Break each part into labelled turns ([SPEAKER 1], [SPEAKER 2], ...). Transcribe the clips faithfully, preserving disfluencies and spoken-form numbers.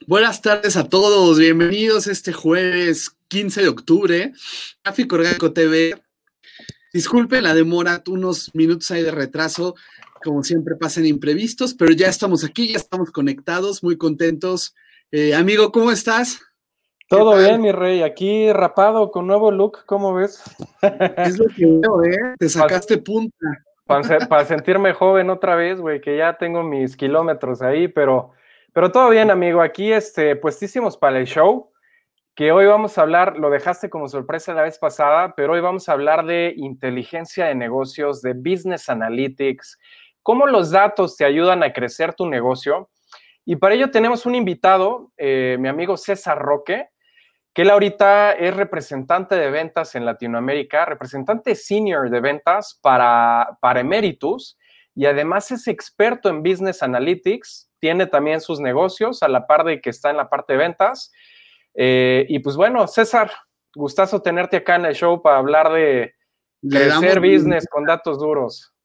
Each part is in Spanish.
[SPEAKER 1] Buenas tardes a todos, bienvenidos este jueves quince de octubre, Tráfico Orgánico T V. Disculpen la demora, unos minutos hay de retraso, como siempre pasan imprevistos, pero ya estamos aquí, ya estamos conectados, muy contentos. Eh, amigo, ¿cómo estás?
[SPEAKER 2] Todo bien, mi rey, aquí rapado con nuevo look, ¿cómo ves?
[SPEAKER 1] Es lo que veo, ¿eh? Te sacaste punta.
[SPEAKER 2] Para pa sentirme joven otra vez, güey, que ya tengo mis kilómetros ahí, pero, pero todo bien, amigo. Aquí, este, puestísimos para el show, que hoy vamos a hablar, lo dejaste como sorpresa la vez pasada, pero hoy vamos a hablar de inteligencia de negocios, de business analytics, cómo los datos te ayudan a crecer tu negocio. Y para ello tenemos un invitado, eh, mi amigo César Roque, que él ahorita es representante de ventas en Latinoamérica, representante senior de ventas para, para Emeritus, y además es experto en Business Analytics, tiene también sus negocios a la par de que está en la parte de ventas. Eh, y pues bueno, César, gustazo tenerte acá en el show para hablar de
[SPEAKER 1] Le
[SPEAKER 2] crecer
[SPEAKER 1] damos
[SPEAKER 2] business con datos duros.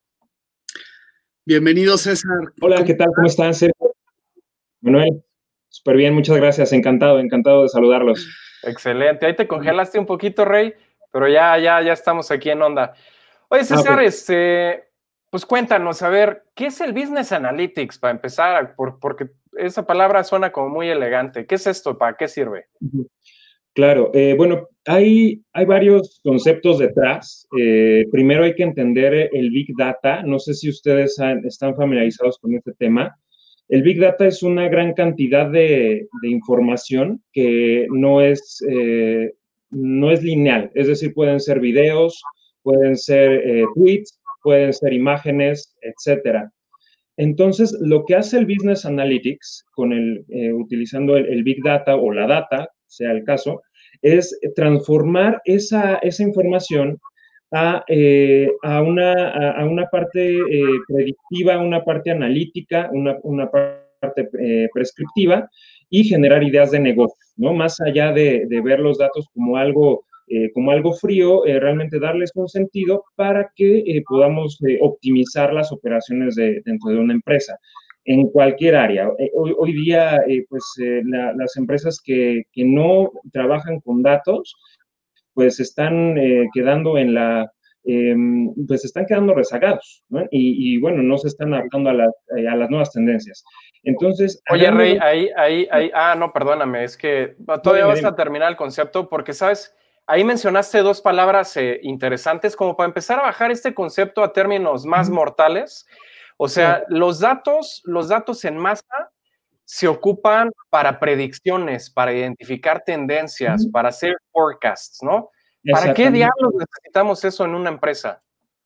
[SPEAKER 1] bienvenido, César.
[SPEAKER 3] Hola, ¿qué tal? ¿Cómo están, Sergio? Manuel, súper bien, muchas gracias, encantado, encantado de saludarlos.
[SPEAKER 2] Excelente, ahí te congelaste un poquito, Rey, pero ya, ya, ya estamos aquí en onda. Oye, César, ah, okay. este, pues cuéntanos, a ver, ¿qué es el Business Analytics para empezar? Por, porque esa palabra suena como muy elegante. ¿Qué es esto? ¿Para qué sirve?
[SPEAKER 3] Claro, eh, bueno, hay, hay varios conceptos detrás. Eh, primero hay que entender el Big Data. No sé si ustedes han, están familiarizados con este tema. El Big Data es una gran cantidad de, de información que no es, eh, no es lineal. Es decir, pueden ser videos, pueden ser eh, tweets, pueden ser imágenes, etcétera. Entonces, lo que hace el Business Analytics, con el, eh, utilizando el, el Big Data o la data, sea el caso, es transformar esa, esa información a, eh, a, una, a, a una parte eh, predictiva, una parte analítica, una, una parte eh, prescriptiva y generar ideas de negocio, ¿no? Más allá de, de ver los datos como algo, eh, como algo frío, eh, realmente darles un sentido para que eh, podamos eh, optimizar las operaciones de, dentro de una empresa en cualquier área. Hoy, hoy día, eh, pues, eh, la, las empresas que, que no trabajan con datos, pues están eh, quedando en la, eh, pues están quedando rezagados, ¿no? Y, y, bueno, no se están adaptando a, la, eh, a las nuevas tendencias. Entonces,
[SPEAKER 2] oye, Rey, de... ahí, ahí, ahí, ah, no, perdóname, es que todavía vas a terminar el concepto porque, ¿sabes? Ahí mencionaste dos palabras eh, interesantes como para empezar a bajar este concepto a términos más mortales. O sea, sí. los datos, los datos en masa se ocupan para predicciones, para identificar tendencias, uh-huh. para hacer forecasts, ¿no? ¿Para qué diablos necesitamos eso en una empresa?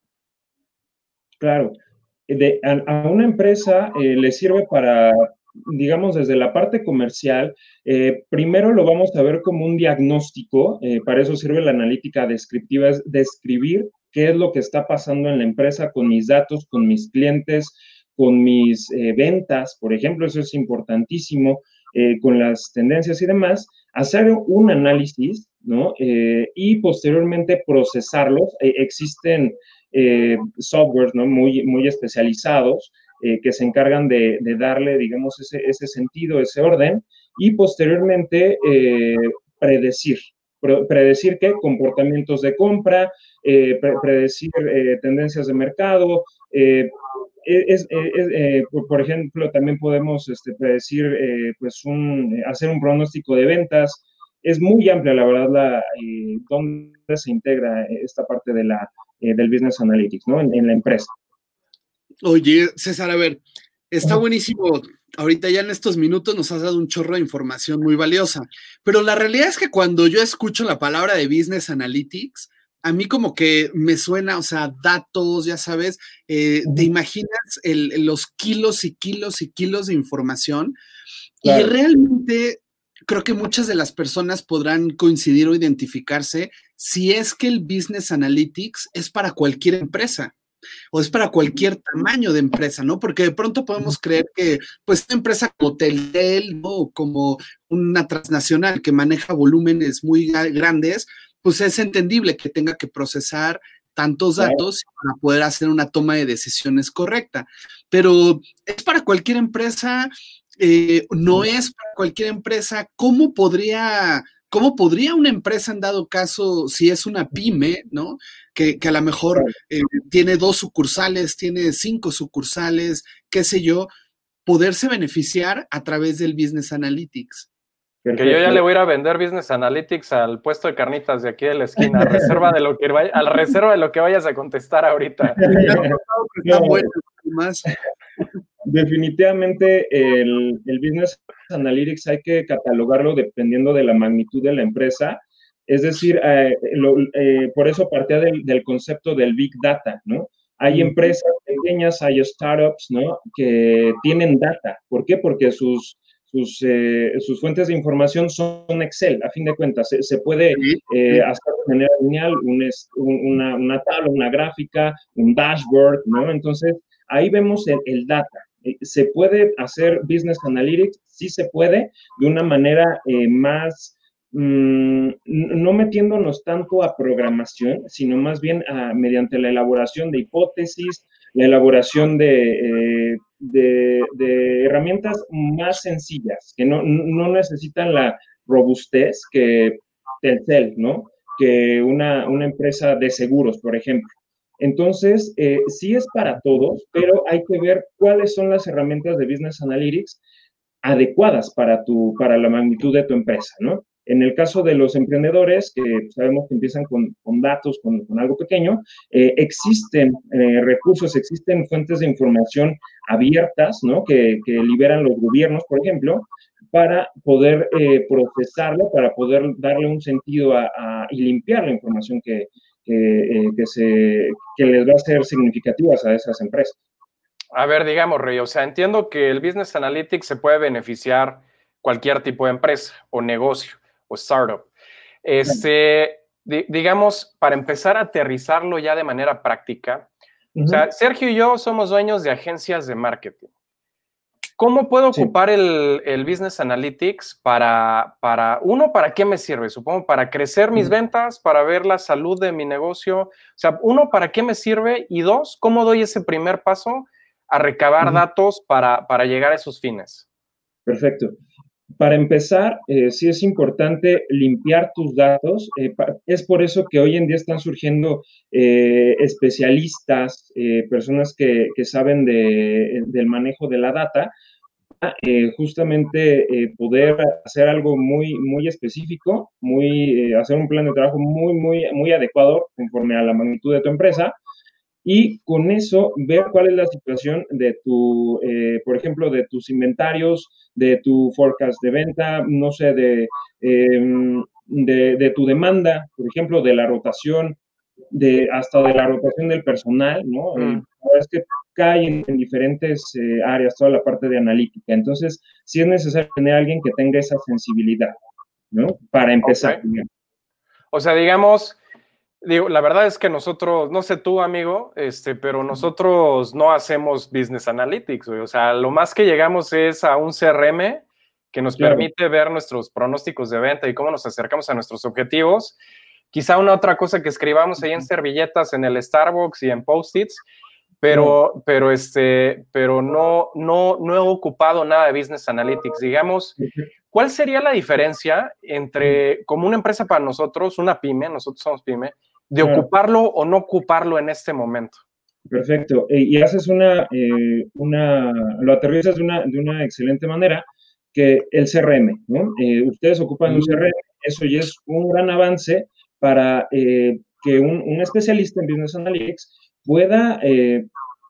[SPEAKER 3] Claro, de, a, a, una empresa eh, le sirve para, digamos, desde la parte comercial, eh, primero lo vamos a ver como un diagnóstico, eh, para eso sirve la analítica descriptiva, es describir qué es lo que está pasando en la empresa con mis datos, con mis clientes, con mis eh, ventas, por ejemplo, eso es importantísimo, eh, con las tendencias y demás, hacer un análisis, ¿no? Eh, y posteriormente procesarlos. Eh, existen eh, softwares, ¿no? Muy, muy especializados eh, que se encargan de, de darle, digamos, ese, ese sentido, ese orden, y posteriormente eh, predecir. Predecir qué comportamientos de compra, eh, pre predecir eh, tendencias de mercado, eh, Es, es, eh, por ejemplo, también podemos este, predecir, eh, pues, un, hacer un pronóstico de ventas. Es muy amplia, la verdad, la, eh, dónde se integra esta parte de la, eh, del Business Analytics, ¿no? En, en la empresa.
[SPEAKER 1] Oye, César, a ver, está buenísimo. Ahorita ya en estos minutos nos has dado un chorro de información muy valiosa, pero la realidad es que cuando yo escucho la palabra de Business Analytics, a mí como que me suena, o sea, datos, ya sabes, eh, te imaginas el, los kilos y kilos y kilos de información, claro. Y realmente creo que muchas de las personas podrán coincidir o identificarse si es que el Business Analytics es para cualquier empresa o es para cualquier tamaño de empresa, ¿no? Porque de pronto podemos creer que, pues, una empresa como Telcel, ¿no? O como una transnacional que maneja volúmenes muy grandes, pues es entendible que tenga que procesar tantos datos para poder hacer una toma de decisiones correcta. Pero es para cualquier empresa, eh, no es para cualquier empresa. ¿Cómo podría, cómo podría una empresa, en dado caso, si es una pyme, ¿no? Que, que a lo mejor eh, tiene dos sucursales, tiene cinco sucursales, qué sé yo, poderse beneficiar a través del Business Analytics?
[SPEAKER 2] Perfecto. Que yo ya le voy a ir a vender Business Analytics al puesto de carnitas de aquí de la esquina, a reserva de lo que, vaya, a la reserva de lo que vayas a contestar ahorita.
[SPEAKER 3] No, bueno, más. Definitivamente el, el Business Analytics hay que catalogarlo dependiendo de la magnitud de la empresa. Es decir, eh, lo, eh, por eso partía del, del concepto del Big Data, ¿no? Hay empresas pequeñas, hay startups, ¿no? Que tienen data. ¿Por qué? Porque sus, sus, eh, sus fuentes de información son Excel, a fin de cuentas. Se, se puede eh, hacer de manera lineal un, una, una tabla, una gráfica, un dashboard, ¿no? Entonces, ahí vemos el, el data. ¿Se puede hacer Business Analytics? Sí se puede, de una manera eh, más... no metiéndonos tanto a programación, sino más bien a, mediante la elaboración de hipótesis, la elaboración de, eh, de, de herramientas más sencillas, que no, no necesitan la robustez que Telcel, ¿no? Que una, una empresa de seguros, por ejemplo. Entonces, eh, sí es para todos, pero hay que ver cuáles son las herramientas de Business Analytics adecuadas para, tu, para la magnitud de tu empresa, ¿no? En el caso de los emprendedores, que sabemos que empiezan con, con datos, con, con, algo pequeño, eh, existen eh, recursos, existen fuentes de información abiertas, ¿no? Que, que liberan los gobiernos, por ejemplo, para poder eh, procesarlo, para poder darle un sentido a, a, y limpiar la información que, que, eh, que, se, que les va a ser significativas a esas empresas.
[SPEAKER 2] A ver, digamos, Rey, o sea, entiendo que el Business Analytics se puede beneficiar cualquier tipo de empresa o negocio o startup. Este, di, digamos, para empezar a aterrizarlo ya de manera práctica, uh-huh. O sea, Sergio y yo somos dueños de agencias de marketing. ¿Cómo puedo sí. ocupar el, el Business Analytics para, para, uno, para qué me sirve? Supongo, para crecer mis uh-huh. ventas, para ver la salud de mi negocio. O sea, uno, ¿para qué me sirve? Y dos, ¿cómo doy ese primer paso a recabar uh-huh. datos para, para llegar a esos fines?
[SPEAKER 3] Perfecto. Para empezar, eh, sí es importante limpiar tus datos. Eh, pa, es por eso que hoy en día están surgiendo eh, especialistas, eh, personas que, que saben de, del manejo de la data, eh, justamente eh, poder hacer algo muy, muy específico, muy, eh, hacer un plan de trabajo muy, muy, muy adecuado conforme a la magnitud de tu empresa. Y con eso ver cuál es la situación de tu, eh, por ejemplo, de tus inventarios, de tu forecast de venta, no sé, de, eh, de, de tu demanda, por ejemplo, de la rotación, de, hasta de la rotación del personal, ¿no? Mm. Eh, es que cae en, en diferentes eh, áreas, toda la parte de analítica. Entonces, sí es necesario tener a alguien que tenga esa sensibilidad, ¿no? Para empezar.
[SPEAKER 2] Okay. O sea, digamos... Digo, la verdad es que nosotros, no sé tú, amigo, este, pero nosotros no hacemos Business Analytics, güey. O sea, lo más que llegamos es a un C R M que nos claro. permite ver nuestros pronósticos de venta y cómo nos acercamos a nuestros objetivos. Quizá una otra cosa que escribamos ahí en servilletas, en el Starbucks y en Post-its, pero, claro. pero, este, pero no, no, no he ocupado nada de Business Analytics. Digamos, ¿cuál sería la diferencia entre, como una empresa para nosotros, una pyme, nosotros somos pyme, de claro. ocuparlo o no ocuparlo en este momento?
[SPEAKER 3] Perfecto. Eh, y haces una, eh, una, lo aterrizas de una, de una excelente manera, que el C R M, ¿no? Eh, ustedes ocupan mm. un C R M, eso ya es un gran avance para eh, que un, un especialista en Business Analytics pueda eh,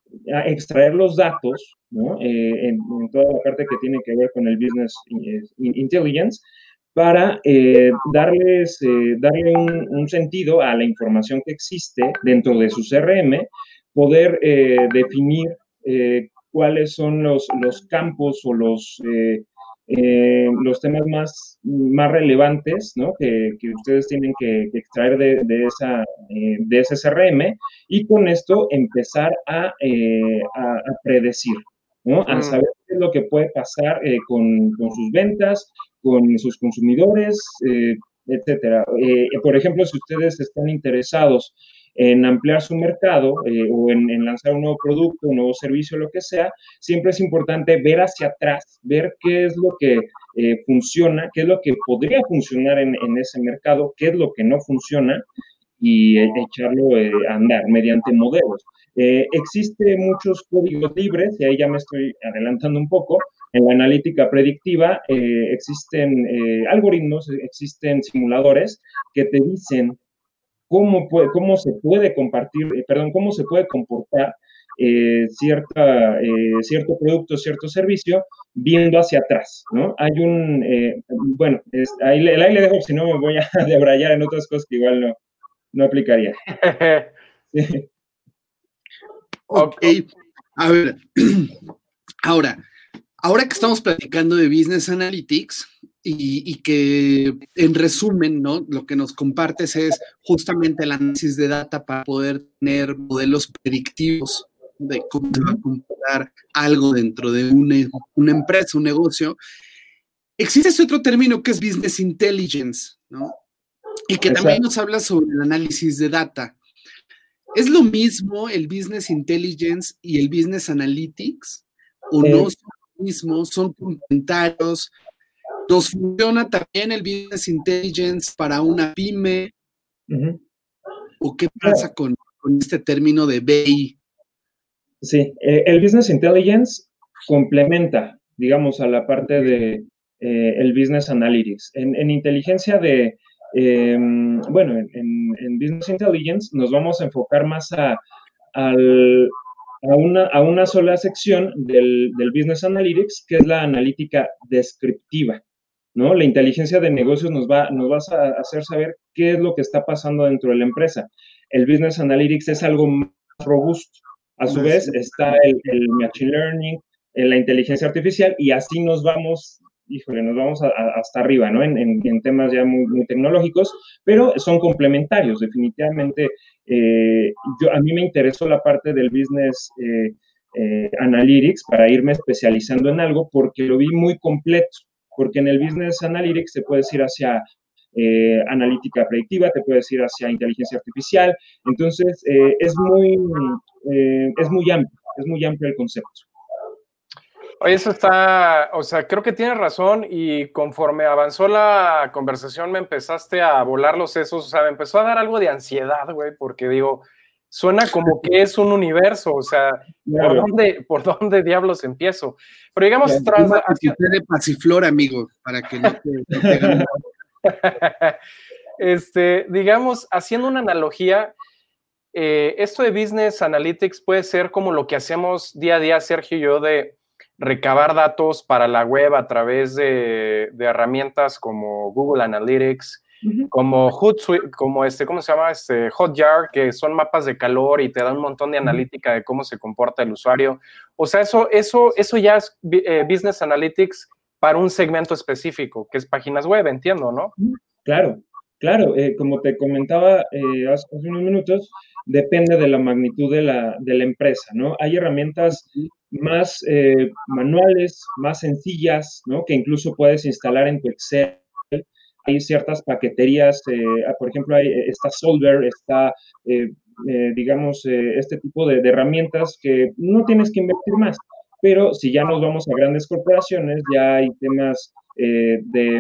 [SPEAKER 3] extraer los datos, ¿no? Eh, en, en toda la parte que tiene que ver con el Business Intelligence, para eh, darles, eh, darle un, un sentido a la información que existe dentro de su C R M, poder eh, definir eh, cuáles son los, los campos o los, eh, eh, los temas más, más relevantes, ¿no? que, que ustedes tienen que, que extraer de, de, esa, eh, de ese C R M, y con esto empezar a, eh, a, a predecir, ¿no? A saber qué es lo que puede pasar eh, con, con sus ventas, con sus consumidores, eh, etcétera. Eh, por ejemplo, si ustedes están interesados en ampliar su mercado eh, o en, en lanzar un nuevo producto, un nuevo servicio, lo que sea, siempre es importante ver hacia atrás, ver qué es lo que eh, funciona, qué es lo que podría funcionar en, en ese mercado, qué es lo que no funciona y eh, echarlo eh, a andar mediante modelos. Eh, existen muchos códigos libres, y ahí ya me estoy adelantando un poco. En la analítica predictiva eh, existen eh, algoritmos, existen simuladores que te dicen cómo, puede, cómo se puede compartir, eh, perdón, cómo se puede comportar eh, cierta, eh, cierto producto, cierto servicio, viendo hacia atrás, ¿no? Hay un, eh, bueno, es, ahí, ahí le dejo, si no me voy a debrayar en otras cosas que igual no, no aplicaría. Sí.
[SPEAKER 1] Ok, a ver, ahora, ahora que estamos platicando de Business Analytics y, y que en resumen, ¿no? Lo que nos compartes es justamente el análisis de data para poder tener modelos predictivos de cómo se va a comportar algo dentro de una, una empresa, un negocio. Existe este otro término que es Business Intelligence, ¿no? Y que también nos habla sobre el análisis de data. ¿Es lo mismo el Business Intelligence y el Business Analytics? ¿O eh, no son lo mismo? ¿Son complementarios? ¿Nos funciona también el Business Intelligence para una pyme? Uh-huh. ¿O qué pasa yeah. con, con este término de B I?
[SPEAKER 3] Sí, eh, el Business Intelligence complementa, digamos, a la parte de eh, el Business Analytics. En, en inteligencia de... Eh, bueno, en, en Business Intelligence nos vamos a enfocar más a, al, a, una, a una sola sección del, del Business Analytics, que es la analítica descriptiva, ¿no? La inteligencia de negocios nos va, nos va a hacer saber qué es lo que está pasando dentro de la empresa. El Business Analytics es algo más robusto. A su vez está el, el Machine Learning, la inteligencia artificial, y así nos vamos... híjole, nos vamos a, a, hasta arriba, ¿no? En, en, en temas ya muy, muy tecnológicos, pero son complementarios, definitivamente. Eh, yo, a mí me interesó la parte del Business eh, eh, Analytics para irme especializando en algo porque lo vi muy completo, porque en el Business Analytics te puedes ir hacia eh, analítica predictiva, te puedes ir hacia inteligencia artificial, entonces eh, es, muy, eh, es muy amplio, es muy amplio el concepto.
[SPEAKER 2] Oye, eso está, o sea, creo que tienes razón y conforme avanzó la conversación me empezaste a volar los sesos, o sea, me empezó a dar algo de ansiedad, güey, porque digo, suena como que es un universo, o sea, claro. ¿por dónde, por dónde diablos empiezo? Pero digamos,
[SPEAKER 1] ya, tras... Hacia... de pasiflor, amigo, para que no te... No te
[SPEAKER 2] este, digamos, haciendo una analogía, eh, esto de Business Analytics puede ser como lo que hacemos día a día, Sergio y yo, de recabar datos para la web a través de, de herramientas como Google Analytics, uh-huh. como Hootsuite, como este, ¿cómo se llama? Este, Hotjar, que son mapas de calor y te dan un montón de analítica de cómo se comporta el usuario. O sea, eso, eso, eso ya es eh, Business Analytics para un segmento específico, que es páginas web, entiendo, ¿no?
[SPEAKER 3] Claro, claro. Eh, como te comentaba eh, hace unos minutos, depende de la magnitud de la, de la empresa, ¿no? Hay herramientas más eh, manuales, más sencillas, ¿no? Que incluso puedes instalar en tu Excel. Hay ciertas paqueterías, eh, por ejemplo, hay, está Solver, está, eh, eh, digamos, eh, este tipo de, de herramientas que no tienes que invertir más. Pero si ya nos vamos a grandes corporaciones, ya hay temas eh, de,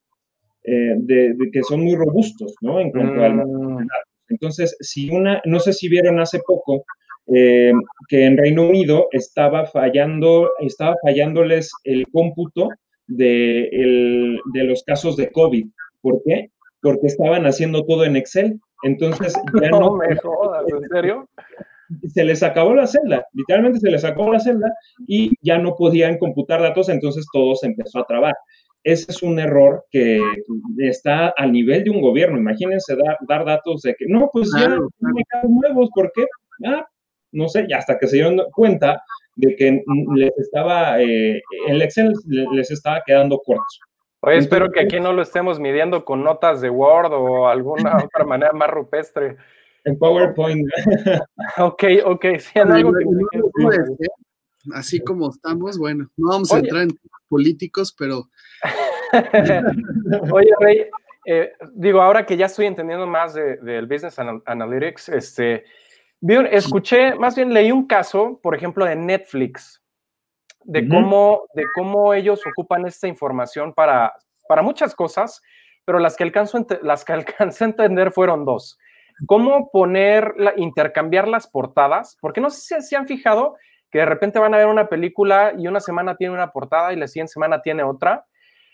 [SPEAKER 3] eh, de, de que son muy robustos, ¿no? En cuanto mm. al datos. Entonces, si una, no sé si vieron hace poco, Eh, que en Reino Unido estaba fallando, estaba fallándoles el cómputo de, el, de los casos de COVID. ¿Por qué? Porque estaban haciendo todo en Excel. Entonces, ya
[SPEAKER 2] no,
[SPEAKER 3] no
[SPEAKER 2] me jodas, ¿en serio?
[SPEAKER 3] Se les acabó la celda, literalmente se les acabó la celda y ya no podían computar datos, entonces todo se empezó a trabar. Ese es un error que está al nivel de un gobierno. Imagínense dar, dar datos de que, no, pues ya no hay casos nuevos, ¿por qué? Ah, no sé, y hasta que se dieron cuenta de que les estaba, eh, el Excel les estaba quedando corto.
[SPEAKER 2] Oye, Entonces, espero que aquí no lo estemos midiendo con notas de Word o alguna otra manera más rupestre.
[SPEAKER 3] En PowerPoint.
[SPEAKER 2] Ok, ok, sí, en algo que me
[SPEAKER 1] no puedes, ¿eh? Así como estamos, bueno, no vamos Oye. a entrar en temas políticos, pero...
[SPEAKER 2] Oye, Rey, Eh, digo, ahora que ya estoy entendiendo más del de, de Business Analytics, este, vi un, escuché, más bien leí un caso, por ejemplo, de Netflix, de, uh-huh. cómo, de cómo ellos ocupan esta información para, para muchas cosas, pero las que, alcanzo, las que alcancé a entender fueron dos. Cómo poner, la, intercambiar las portadas, porque no sé si se han fijado que de repente van a ver una película y una semana tiene una portada y la siguiente semana tiene otra.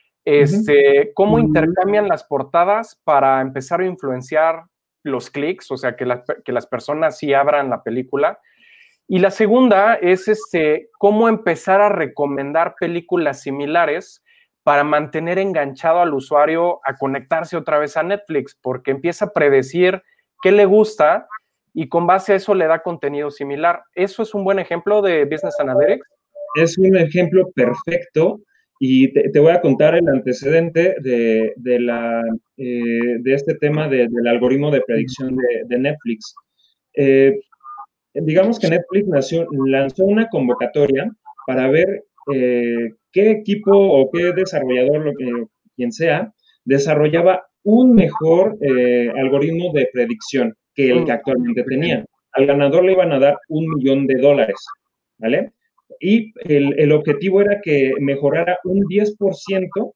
[SPEAKER 2] Este, cómo intercambian las portadas para empezar a influenciar los clics, o sea, que, la, que las personas sí abran la película. Y la segunda es este, cómo empezar a recomendar películas similares para mantener enganchado al usuario a conectarse otra vez a Netflix, porque empieza a predecir qué le gusta y con base a eso le da contenido similar. ¿Eso es un buen ejemplo de Business Analytics?
[SPEAKER 3] Es un ejemplo perfecto. Y te, te voy a contar el antecedente de, de, la, eh, de este tema de, del algoritmo de predicción de, de Netflix. Eh, digamos que Netflix nació, lanzó una convocatoria para ver eh, qué equipo o qué desarrollador, eh, quien sea, desarrollaba un mejor eh, algoritmo de predicción que el que actualmente tenía. Al ganador le iban a dar un millón de dólares, ¿vale? Y el, el objetivo era que mejorara un diez por ciento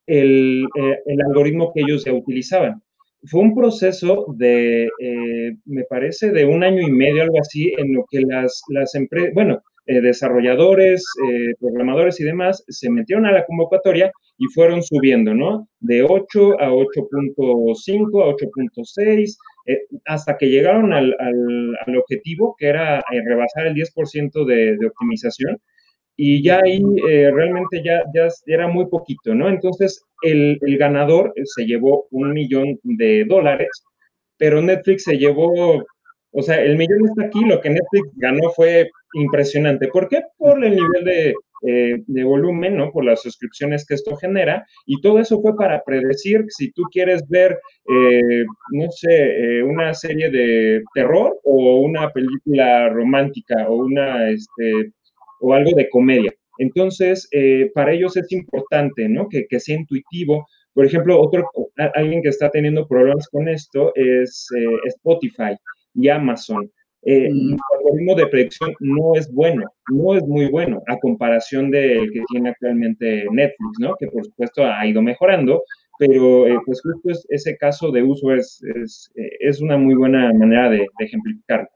[SPEAKER 3] el, eh, el algoritmo que ellos ya utilizaban. Fue un proceso de, eh, me parece, de un año y medio, algo así, en lo que las, las empresas, bueno, eh, desarrolladores, eh, programadores y demás se metieron a la convocatoria y fueron subiendo, ¿no? De ocho a ocho punto cinco, a ocho punto seis, eh, hasta que llegaron al, al, al objetivo, que era eh, rebasar el diez por ciento de, de optimización. Y ya ahí eh, realmente ya, ya era muy poquito, ¿no? Entonces, el, el ganador se llevó un millón de dólares, pero Netflix se llevó, o sea, el millón está aquí, lo que Netflix ganó fue impresionante. ¿Por qué? Por el nivel de, eh, de volumen, ¿no? Por las suscripciones que esto genera, y todo eso fue para predecir si tú quieres ver, eh, no sé, eh, una serie de terror o una película romántica o una, este, o algo de comedia. Entonces, eh, para ellos es importante, ¿no? Que, que sea intuitivo. Por ejemplo, otro, alguien que está teniendo problemas con esto es eh, Spotify y Amazon. Eh, mm. El algoritmo de predicción no es bueno, no es muy bueno a comparación del que tiene actualmente Netflix, ¿no? Que por supuesto ha ido mejorando, pero eh, pues justo es, ese caso de uso es, es, es una muy buena manera de, de ejemplificarlo.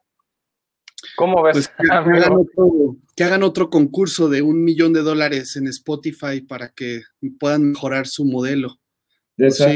[SPEAKER 2] ¿Cómo ves?
[SPEAKER 1] Pues que, que, hagan otro, que hagan otro concurso de un millón de dólares en Spotify para que puedan mejorar su modelo. Pues sí.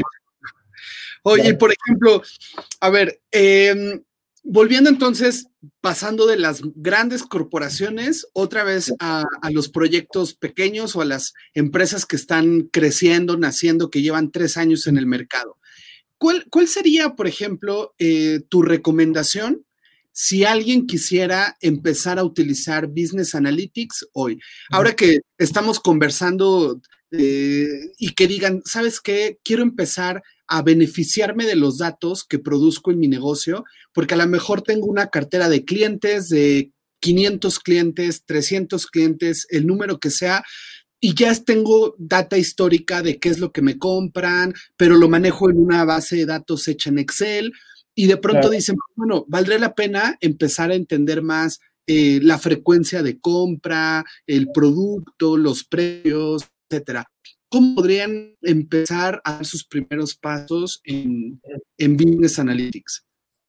[SPEAKER 1] Oye, claro. Por ejemplo, a ver, eh, volviendo entonces, pasando de las grandes corporaciones, otra vez a, a los proyectos pequeños o a las empresas que están creciendo, naciendo, que llevan tres años en el mercado. ¿Cuál, cuál sería, por ejemplo, eh, tu recomendación si alguien quisiera empezar a utilizar Business Analytics hoy? Ahora que estamos conversando eh, y que digan, ¿sabes qué? Quiero empezar a beneficiarme de los datos que produzco en mi negocio, porque a lo mejor tengo una cartera de clientes, de quinientos clientes, trescientos clientes, el número que sea, y ya tengo data histórica de qué es lo que me compran, pero lo manejo en una base de datos hecha en Excel, y de pronto claro. dicen, bueno, valdría la pena empezar a entender más eh, la frecuencia de compra, el producto, los precios, etcétera. ¿Cómo podrían empezar a dar sus primeros pasos en, en Business Analytics?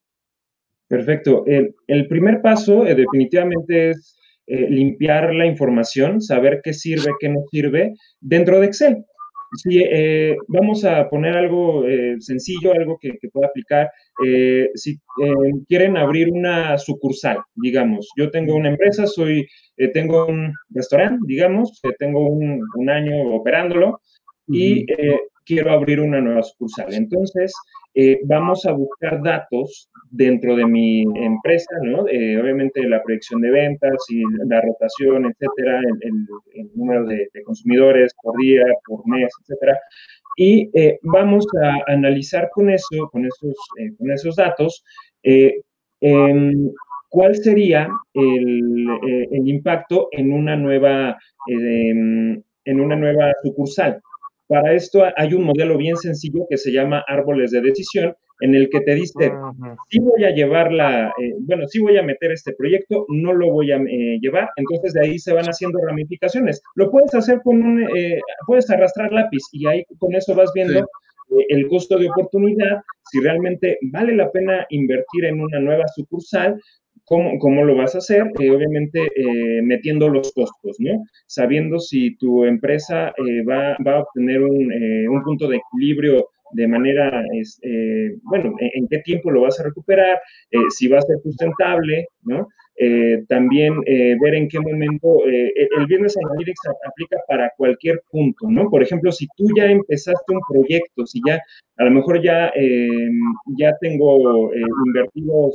[SPEAKER 3] Perfecto. El, el primer paso eh, definitivamente es eh, limpiar la información, saber qué sirve, qué no sirve dentro de Excel. Si eh, vamos a poner algo eh, sencillo, algo que, que pueda aplicar, eh, si eh, quieren abrir una sucursal, digamos, yo tengo una empresa, soy, eh, tengo un restaurante, digamos, eh, tengo un, un año operándolo y eh, quiero abrir una nueva sucursal. Entonces, eh, vamos a buscar datos dentro de mi empresa, ¿no? Eh, obviamente la proyección de ventas y la rotación, etcétera, el, el, el número de, de consumidores por día, por mes, etcétera. Y eh, vamos a analizar con eso, con esos, eh, con esos datos, eh, eh, cuál sería el, eh, el impacto en una nueva, eh, en una nueva sucursal. Para esto hay un modelo bien sencillo que se llama árboles de decisión, en el que te dice,
[SPEAKER 2] Ujú.
[SPEAKER 3] sí voy a llevarla, eh, bueno, sí voy a meter este proyecto, no lo voy a eh, llevar, entonces de ahí se van haciendo ramificaciones. Lo puedes hacer con un, eh, puedes arrastrar lápiz y ahí con eso vas viendo
[SPEAKER 1] Sí.
[SPEAKER 3] eh, el costo de oportunidad, si realmente vale la pena invertir en una nueva sucursal. ¿Cómo, cómo lo vas a hacer? Eh, obviamente eh, metiendo los costos, ¿no? Sabiendo si tu empresa eh, va, va a obtener un, eh, un punto de equilibrio de manera, es, eh, bueno, en, en, qué tiempo lo vas a recuperar, eh, si va a ser sustentable, ¿no? Eh, también eh, ver en qué momento eh, el Business Analytics aplica para cualquier punto, ¿no? Por ejemplo, si tú ya empezaste un proyecto, si ya, a lo mejor ya, eh, ya tengo eh, invertidos,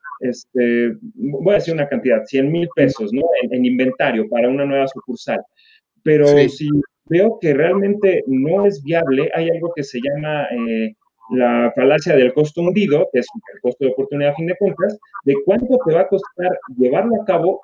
[SPEAKER 3] este, voy a decir una cantidad, cien mil pesos, ¿no? En, en inventario para una nueva sucursal. Pero
[SPEAKER 1] Sí.
[SPEAKER 3] si veo que realmente no es viable, hay algo que se llama eh, la falacia del costo hundido, que es el costo de oportunidad a fin de cuentas, de cuánto te va a costar llevarlo a cabo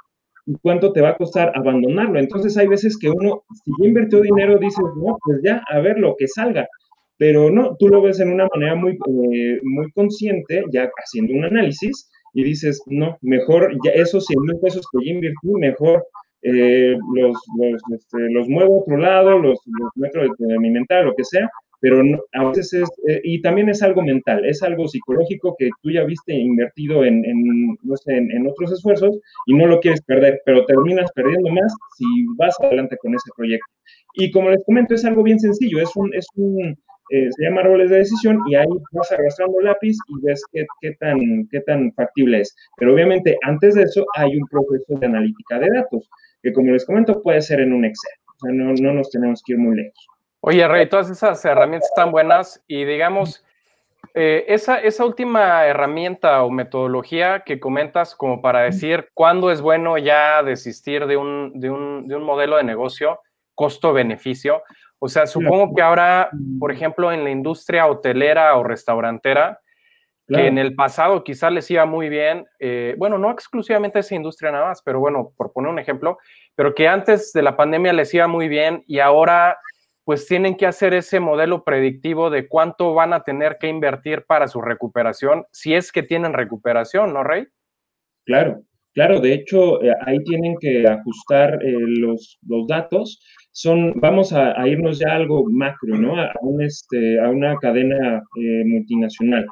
[SPEAKER 3] y cuánto te va a costar abandonarlo. Entonces hay veces que uno, si ya invirtió dinero, dices, no, pues ya, a ver lo que salga. Pero no, tú lo ves en una manera muy, eh, muy consciente, ya haciendo un análisis, y dices, no, mejor ya esos cien mil pesos que ya invertí, mejor eh, los, los, este, los muevo a otro lado, los, los meto de mi inventario, lo que sea, pero no, a veces es, eh, y también es algo mental, es algo psicológico que tú ya viste invertido en, en no sé, en, en otros esfuerzos y no lo quieres perder, pero terminas perdiendo más si vas adelante con ese proyecto. Y como les comento, es algo bien sencillo, es un, es un eh, se llama árboles de decisión y ahí vas arrastrando lápiz y ves qué, qué, tan, qué tan factible es. Pero obviamente antes de eso hay un proceso de analítica de datos, que como les comento puede ser en un Excel, o sea, no, no nos tenemos que ir muy lejos.
[SPEAKER 2] Oye, Rey, todas esas herramientas están buenas y digamos, eh, esa, esa última herramienta o metodología que comentas como para decir cuándo es bueno ya desistir de un, de un, de un modelo de negocio, costo-beneficio. O sea, supongo que ahora, por ejemplo, en la industria hotelera o restaurantera,
[SPEAKER 3] Claro.
[SPEAKER 2] que en el pasado quizás les iba muy bien, eh, bueno, no exclusivamente a esa industria nada más, pero bueno, por poner un ejemplo, pero que antes de la pandemia les iba muy bien y ahora pues tienen que hacer ese modelo predictivo de cuánto van a tener que invertir para su recuperación, si es que tienen recuperación, ¿no, Rey?
[SPEAKER 3] Claro, claro, de hecho, eh, ahí tienen que ajustar eh, los, los datos. Son, vamos a, a irnos ya a algo macro, ¿no? A, un, este, a una cadena eh, multinacional.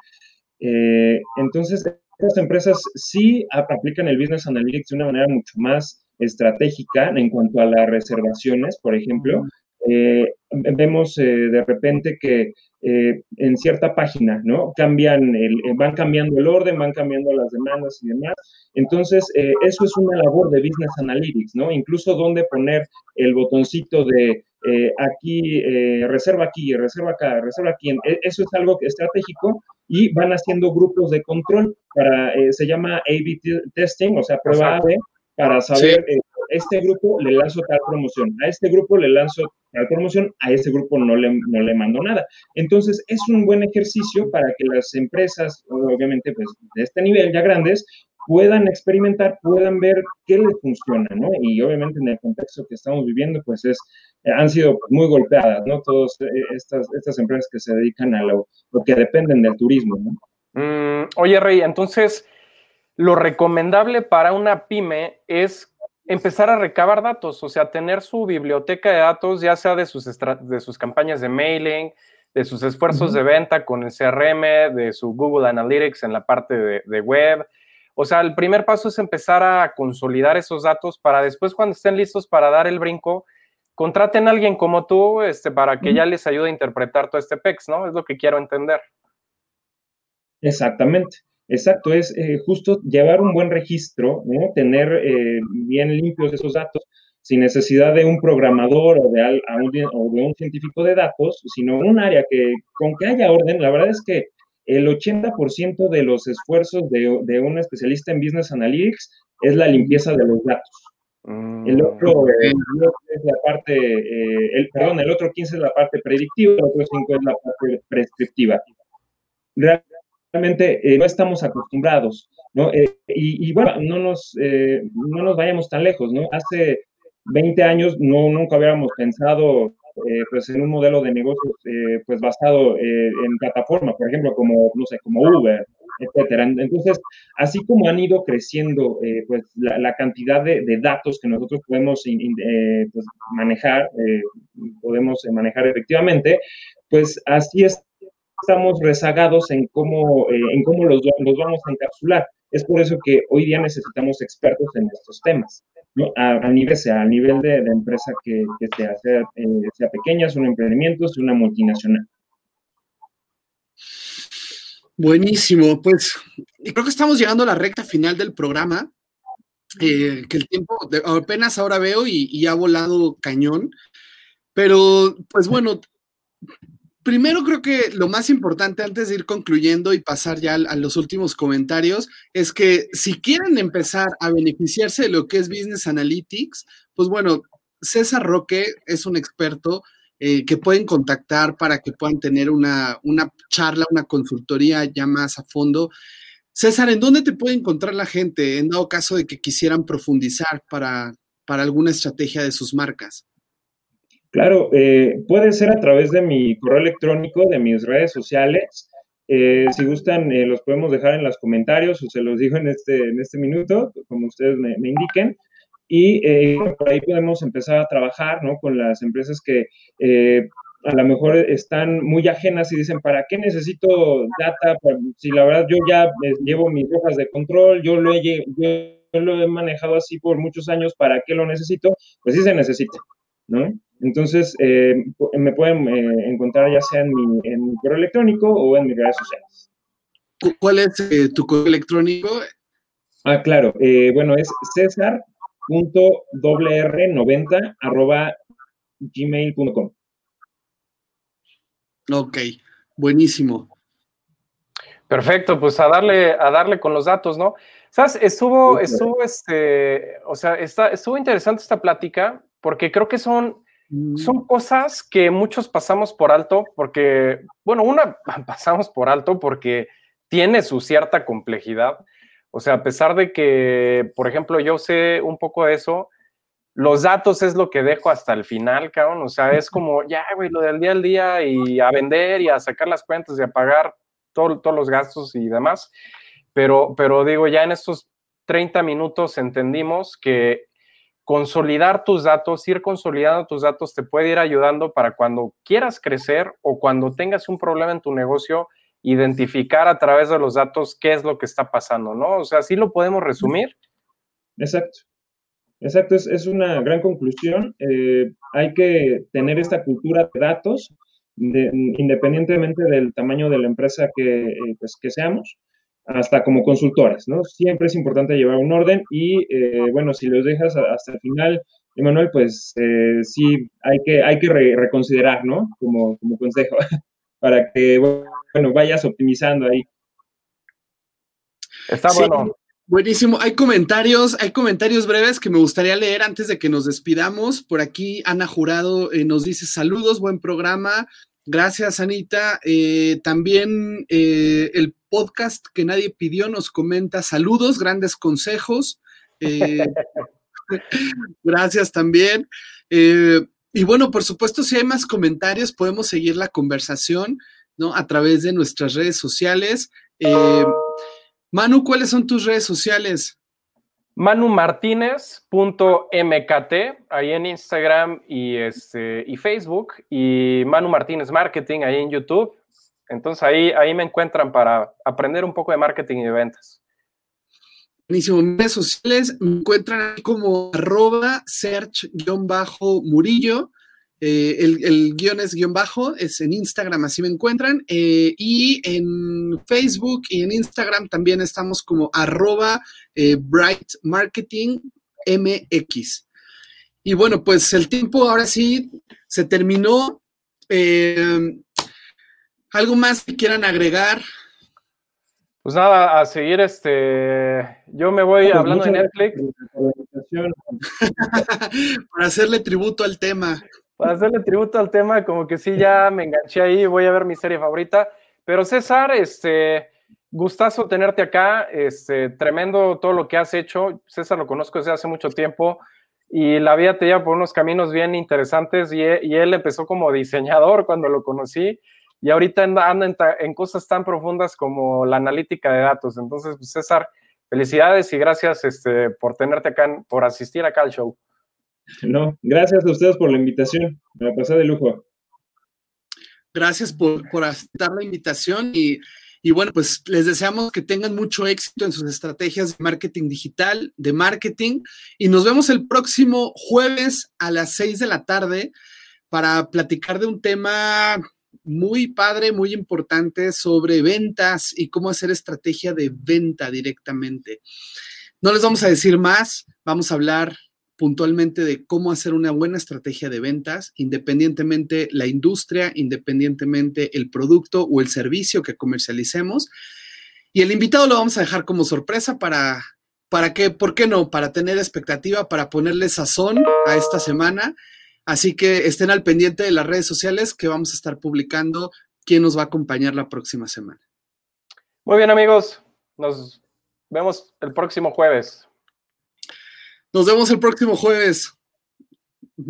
[SPEAKER 3] Eh, entonces, estas empresas sí aplican el Business Analytics de una manera mucho más estratégica en cuanto a las reservaciones, por ejemplo. Eh, vemos eh, de repente que eh, en cierta página, ¿no? Cambian el, eh, van cambiando el orden, van cambiando las demandas y demás. Entonces, eh, eso es una labor de Business Analytics, ¿no? Incluso dónde poner el botoncito de eh, aquí, eh, reserva aquí, reserva acá, reserva aquí. Eso es algo estratégico y van haciendo grupos de control para, eh, se llama A B testing, o sea, prueba A B, para saber, sí. eh, este grupo le lanzo tal promoción, a este grupo le lanzo tal promoción, a este grupo no le, no le mando nada. Entonces, es un buen ejercicio para que las empresas, obviamente, pues, de este nivel ya grandes, puedan experimentar, puedan ver qué les funciona, ¿no? Y obviamente en el contexto que estamos viviendo, pues es, eh, han sido muy golpeadas, ¿no? Todas eh, estas, estas empresas que se dedican a lo, lo que dependen del turismo, ¿no?
[SPEAKER 2] Mm, oye, Rey, entonces, lo recomendable para una pyme es empezar a recabar datos, o sea, tener su biblioteca de datos, ya sea de sus, de sus campañas de mailing, de sus esfuerzos uh-huh. de venta con el C R M, de su Google Analytics en la parte de, de web. O sea, el primer paso es empezar a consolidar esos datos para después, cuando estén listos para dar el brinco, contraten a alguien como tú este, para que uh-huh. ya les ayude a interpretar todo este P E X, ¿no? Es lo que quiero entender.
[SPEAKER 3] Exactamente. Exacto, es eh, justo llevar un buen registro, ¿no? Tener eh, bien limpios esos datos, sin necesidad de un programador o de, al, a un, o de un científico de datos, sino un área que, con que haya orden. La verdad es que el ochenta por ciento de los esfuerzos de, de un especialista en Business Analytics es la limpieza de los datos. Mm. El otro eh, es la parte, eh, el, perdón, el otro quince es la parte predictiva, el otro cinco es la parte prescriptiva. Realmente realmente eh, no estamos acostumbrados, ¿no? Eh, y, y, bueno, no nos, eh, no nos vayamos tan lejos, ¿no? Hace veinte años no, nunca hubiéramos pensado eh, pues en un modelo de negocios eh, pues basado eh, en plataforma, por ejemplo, como, no sé, como Uber, etcétera. Entonces, así como han ido creciendo eh, pues la, la cantidad de, de datos que nosotros podemos in, in, eh, pues, manejar, eh, podemos manejar efectivamente, pues así es, estamos rezagados en cómo, eh, en cómo los, los vamos a encapsular. Es por eso que hoy día necesitamos expertos en estos temas, ¿no? A, a nivel, sea a nivel de, de empresa que, que sea, sea, eh, sea pequeña, sea un emprendimiento, sea una multinacional.
[SPEAKER 1] Buenísimo, pues creo que estamos llegando a la recta final del programa, eh, que el tiempo de, apenas ahora veo y, y ha volado cañón, pero pues bueno, primero creo que lo más importante antes de ir concluyendo y pasar ya a los últimos comentarios es que si quieren empezar a beneficiarse de lo que es Business Analytics, pues bueno, César Roque es un experto eh, que pueden contactar para que puedan tener una, una charla, una consultoría ya más a fondo. César, ¿en dónde te puede encontrar la gente en dado caso de que quisieran profundizar para, para alguna estrategia de sus marcas?
[SPEAKER 3] Claro, eh, puede ser a través de mi correo electrónico, de mis redes sociales. Eh, si gustan, eh, los podemos dejar en los comentarios o se los digo en este, en este minuto, como ustedes me, me indiquen. Y eh, por ahí podemos empezar a trabajar, ¿no? Con las empresas que eh, a lo mejor están muy ajenas y dicen, ¿para qué necesito data? Si la verdad yo ya eh, llevo mis hojas de control, yo lo, he, yo lo he manejado así por muchos años, ¿para qué lo necesito? Pues sí se necesita, ¿no? Entonces, eh, me pueden eh, encontrar ya sea en mi, en mi correo electrónico o en mis redes sociales.
[SPEAKER 1] ¿Cuál es eh, tu correo electrónico?
[SPEAKER 3] Ah, claro. Eh, bueno, es cesar punto r noventa arroba gmail punto com.
[SPEAKER 1] Ok, buenísimo.
[SPEAKER 2] Perfecto, pues a darle, a darle con los datos, ¿no? ¿Sabes? Estuvo, estuvo, este, o sea, está, estuvo interesante esta plática porque creo que son, son cosas que muchos pasamos por alto porque, bueno, una pasamos por alto porque tiene su cierta complejidad. O sea, a pesar de que, por ejemplo, yo sé un poco de eso, los datos es lo que dejo hasta el final, cabrón. O sea, es como, ya, güey, lo del día al día y a vender y a sacar las cuentas y a pagar todo, todos los gastos y demás. Pero, pero digo, ya en estos treinta minutos entendimos que consolidar tus datos, ir consolidando tus datos te puede ir ayudando para cuando quieras crecer o cuando tengas un problema en tu negocio, identificar a través de los datos qué es lo que está pasando, ¿no? O sea, ¿sí lo podemos resumir?
[SPEAKER 3] Exacto. Exacto, es, es una gran conclusión. Eh, hay que tener esta cultura de datos, de, independientemente del tamaño de la empresa que, eh, pues, que seamos, hasta como consultores, ¿no? Siempre es importante llevar un orden y, eh, bueno, si los dejas hasta el final, Emanuel, pues eh, sí, hay que, hay que re reconsiderar, ¿no? Como, como consejo, para que, bueno, vayas optimizando ahí.
[SPEAKER 2] Está sí. Bueno.
[SPEAKER 1] Buenísimo. Hay comentarios, hay comentarios breves que me gustaría leer antes de que nos despidamos. Por aquí Ana Jurado eh, nos dice saludos, buen programa. Gracias, Anita. Eh, también eh, el podcast que nadie pidió nos comenta saludos, grandes consejos. Eh, gracias también. Eh, y bueno, por supuesto, si hay más comentarios, podemos seguir la conversación, ¿no? A través de nuestras redes sociales. Eh, Manu, ¿cuáles son tus redes sociales?
[SPEAKER 2] manu martínez punto m k t, ahí en Instagram y, este, y Facebook, y Manu Martínez Marketing, ahí en YouTube. Entonces ahí, ahí me encuentran para aprender un poco de marketing y de ventas.
[SPEAKER 1] Buenísimo. En redes sociales me encuentran como arroba search-murillo. Eh, el, el guión es guión bajo, es en Instagram, así me encuentran. Eh, y en Facebook y en Instagram también estamos como arroba eh, Bright Marketing M X. Y bueno, pues el tiempo ahora sí se terminó. Eh, ¿Algo más que quieran agregar?
[SPEAKER 2] Pues nada, a seguir, este, yo me voy pues hablando de Netflix.
[SPEAKER 1] Para hacerle tributo al tema.
[SPEAKER 2] Para hacerle tributo al tema, como que sí, ya me enganché ahí, voy a ver mi serie favorita. Pero César, este, gustazo tenerte acá, este, tremendo todo lo que has hecho. César lo conozco desde hace mucho tiempo y la vida te lleva por unos caminos bien interesantes y, y él empezó como diseñador cuando lo conocí y ahorita anda, anda en, en cosas tan profundas como la analítica de datos. Entonces, pues, César, felicidades y gracias este, por tenerte acá, por asistir acá al show.
[SPEAKER 3] No, gracias a ustedes por la invitación, me la pasé de lujo.
[SPEAKER 1] Gracias por, por aceptar la invitación y, y bueno, pues les deseamos que tengan mucho éxito en sus estrategias de marketing digital, de marketing, y nos vemos el próximo jueves a las seis de la tarde para platicar de un tema muy padre, muy importante sobre ventas y cómo hacer estrategia de venta directamente. No les vamos a decir más, vamos a hablar puntualmente de cómo hacer una buena estrategia de ventas, independientemente la industria, independientemente el producto o el servicio que comercialicemos. Y el invitado lo vamos a dejar como sorpresa para, para que, ¿por qué no? Para tener expectativa, para ponerle sazón a esta semana. Así que estén al pendiente de las redes sociales que vamos a estar publicando quién nos va a acompañar la próxima semana.
[SPEAKER 2] Muy bien, amigos. Nos vemos el próximo jueves.
[SPEAKER 1] Nos vemos el próximo jueves.